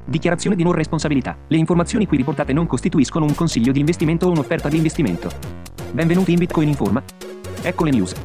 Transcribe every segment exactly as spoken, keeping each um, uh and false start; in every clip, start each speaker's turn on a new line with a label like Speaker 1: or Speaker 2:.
Speaker 1: Dichiarazione di non responsabilità. Le informazioni qui riportate non costituiscono un consiglio di investimento o un'offerta di investimento. Benvenuti in Bitcoin Informa. Ecco le news.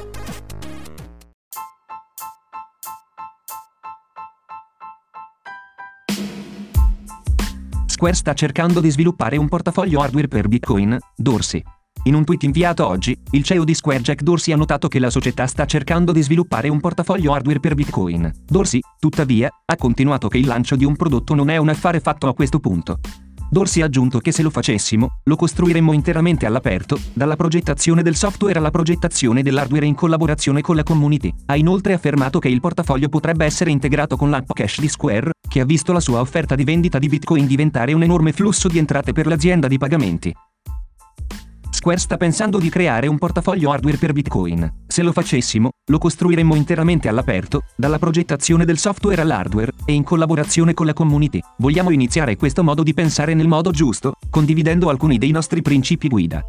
Speaker 1: Square sta cercando di sviluppare un portafoglio hardware per Bitcoin, Dorsey. In un tweet inviato oggi, il C E O di Square Jack Dorsey ha notato che la società sta cercando di sviluppare un portafoglio hardware per Bitcoin. Dorsey, tuttavia, ha continuato che il lancio di un prodotto non è un affare fatto a questo punto. Dorsey ha aggiunto che se lo facessimo, lo costruiremmo interamente all'aperto, dalla progettazione del software alla progettazione dell'hardware in collaborazione con la community. Ha inoltre affermato che il portafoglio potrebbe essere integrato con l'app Cash di Square, che ha visto la sua offerta di vendita di Bitcoin diventare un enorme flusso di entrate per l'azienda di pagamenti. Square sta pensando di creare un portafoglio hardware per Bitcoin. Se lo facessimo, lo costruiremmo interamente all'aperto, dalla progettazione del software all'hardware, e in collaborazione con la community. Vogliamo iniziare questo modo di pensare nel modo giusto, condividendo alcuni dei nostri principi guida.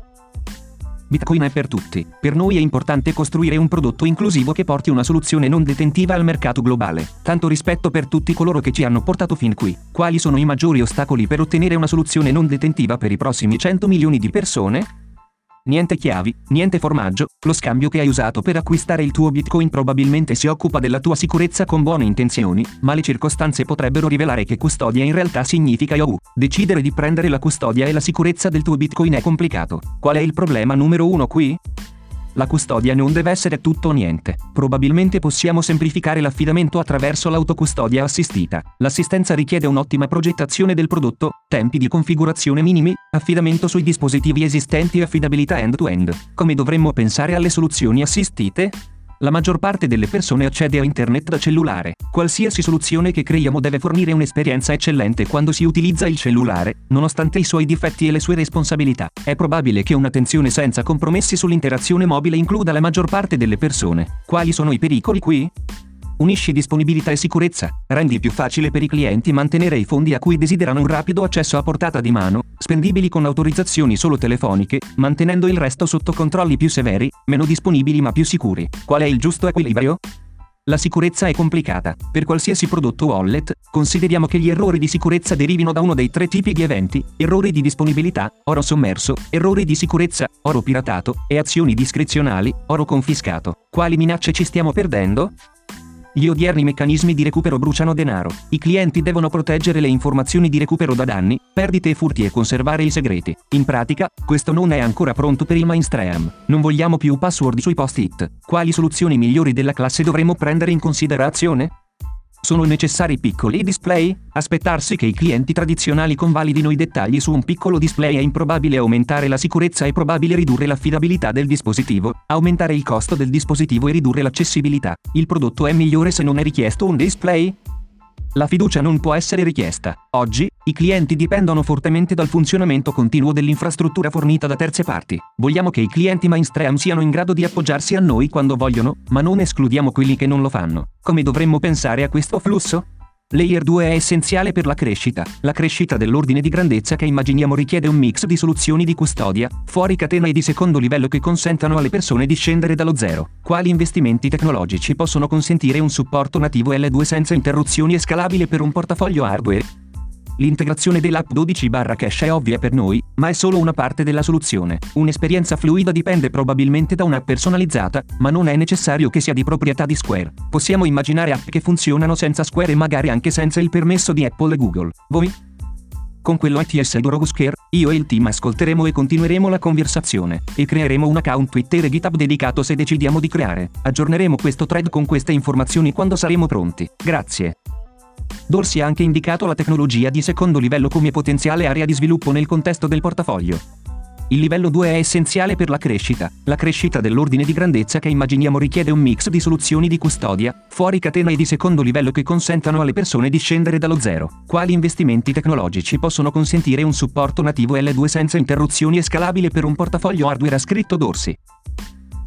Speaker 1: Bitcoin è per tutti. Per noi è importante costruire un prodotto inclusivo che porti una soluzione non detentiva al mercato globale. Tanto rispetto per tutti coloro che ci hanno portato fin qui. Quali sono i maggiori ostacoli per ottenere una soluzione non detentiva per i prossimi cento milioni di persone? Niente chiavi, niente formaggio, lo scambio che hai usato per acquistare il tuo Bitcoin probabilmente si occupa della tua sicurezza con buone intenzioni, ma le circostanze potrebbero rivelare che custodia in realtà significa I O U. Decidere di prendere la custodia e la sicurezza del tuo Bitcoin è complicato. Qual è il problema numero uno qui? La custodia non deve essere tutto o niente. Probabilmente possiamo semplificare l'affidamento attraverso l'autocustodia assistita. L'assistenza richiede un'ottima progettazione del prodotto, tempi di configurazione minimi, affidamento sui dispositivi esistenti e affidabilità end-to-end. Come dovremmo pensare alle soluzioni assistite? La maggior parte delle persone accede a internet da cellulare. Qualsiasi soluzione che creiamo deve fornire un'esperienza eccellente quando si utilizza il cellulare, nonostante i suoi difetti e le sue responsabilità. È probabile che un'attenzione senza compromessi sull'interazione mobile includa la maggior parte delle persone. Quali sono i pericoli qui? Unisci disponibilità e sicurezza, rendi più facile per i clienti mantenere i fondi a cui desiderano un rapido accesso a portata di mano, spendibili con autorizzazioni solo telefoniche, mantenendo il resto sotto controlli più severi, meno disponibili ma più sicuri. Qual è il giusto equilibrio? La sicurezza è complicata. Per qualsiasi prodotto wallet, consideriamo che gli errori di sicurezza derivino da uno dei tre tipi di eventi: errori di disponibilità, oro sommerso, errori di sicurezza, oro piratato, e azioni discrezionali, oro confiscato. Quali minacce ci stiamo perdendo? Gli odierni meccanismi di recupero bruciano denaro. I clienti devono proteggere le informazioni di recupero da danni, perdite e furti e conservare i segreti. In pratica, questo non è ancora pronto per il mainstream. Non vogliamo più password sui post-it. Quali soluzioni migliori della classe dovremmo prendere in considerazione? Sono necessari piccoli display? Aspettarsi che i clienti tradizionali convalidino i dettagli su un piccolo display è improbabile. Aumentare la sicurezza è probabile. Ridurre l'affidabilità del dispositivo, aumentare il costo del dispositivo e ridurre l'accessibilità. Il prodotto è migliore se non è richiesto un display? La fiducia non può essere richiesta. Oggi, i clienti dipendono fortemente dal funzionamento continuo dell'infrastruttura fornita da terze parti. Vogliamo che i clienti mainstream siano in grado di appoggiarsi a noi quando vogliono, ma non escludiamo quelli che non lo fanno. Come dovremmo pensare a questo flusso? Layer due è essenziale per la crescita. La crescita dell'ordine di grandezza che immaginiamo richiede un mix di soluzioni di custodia, fuori catena e di secondo livello che consentano alle persone di scendere dallo zero. Quali investimenti tecnologici possono consentire un supporto nativo L due senza interruzioni e scalabile per un portafoglio hardware? L'integrazione dell'app dodici barra Cash è ovvia per noi, ma è solo una parte della soluzione. Un'esperienza fluida dipende probabilmente da un'app personalizzata, ma non è necessario che sia di proprietà di Square. Possiamo immaginare app che funzionano senza Square e magari anche senza il permesso di Apple e Google. Voi? Con quello A T S di Square, io e il team ascolteremo e continueremo la conversazione, e creeremo un account Twitter e GitHub dedicato se decidiamo di creare. Aggiorneremo questo thread con queste informazioni quando saremo pronti. Grazie. Dorsey ha anche indicato la tecnologia di secondo livello come potenziale area di sviluppo nel contesto del portafoglio. Il livello due è essenziale per la crescita. La crescita dell'ordine di grandezza che immaginiamo richiede un mix di soluzioni di custodia, fuori catena e di secondo livello che consentano alle persone di scendere dallo zero. Quali investimenti tecnologici possono consentire un supporto nativo L due senza interruzioni e scalabile per un portafoglio hardware? Ha scritto Dorsey.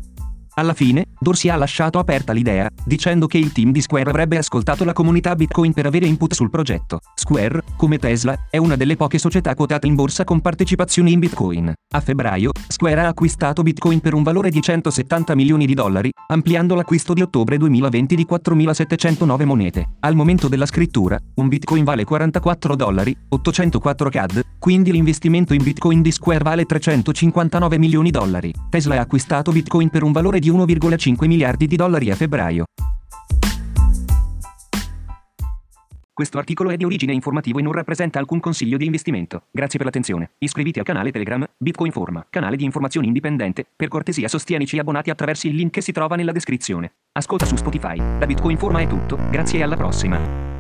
Speaker 1: Alla fine, Dorsey ha lasciato aperta l'idea, dicendo che il team di Square avrebbe ascoltato la comunità Bitcoin per avere input sul progetto. Square, come Tesla, è una delle poche società quotate in borsa con partecipazioni in Bitcoin. A febbraio, Square ha acquistato Bitcoin per un valore di centosettanta milioni di dollari, ampliando l'acquisto di ottobre duemilaventi di quattromilasettecentonove monete. Al momento della scrittura, un Bitcoin vale quarantaquattro dollari, ottocentoquattro C A D, quindi l'investimento in Bitcoin di Square vale trecentocinquantanove milioni di dollari. Tesla ha acquistato Bitcoin per un valore di uno virgola cinque miliardi di dollari a febbraio. Questo articolo è di origine informativo e non rappresenta alcun consiglio di investimento. Grazie per l'attenzione. Iscriviti al canale Telegram Bitcoinforma, canale di informazioni indipendente. Per cortesia sostienici abbonati attraverso il link che si trova nella descrizione. Ascolta su Spotify. Da Bitcoinforma è tutto, grazie e alla prossima.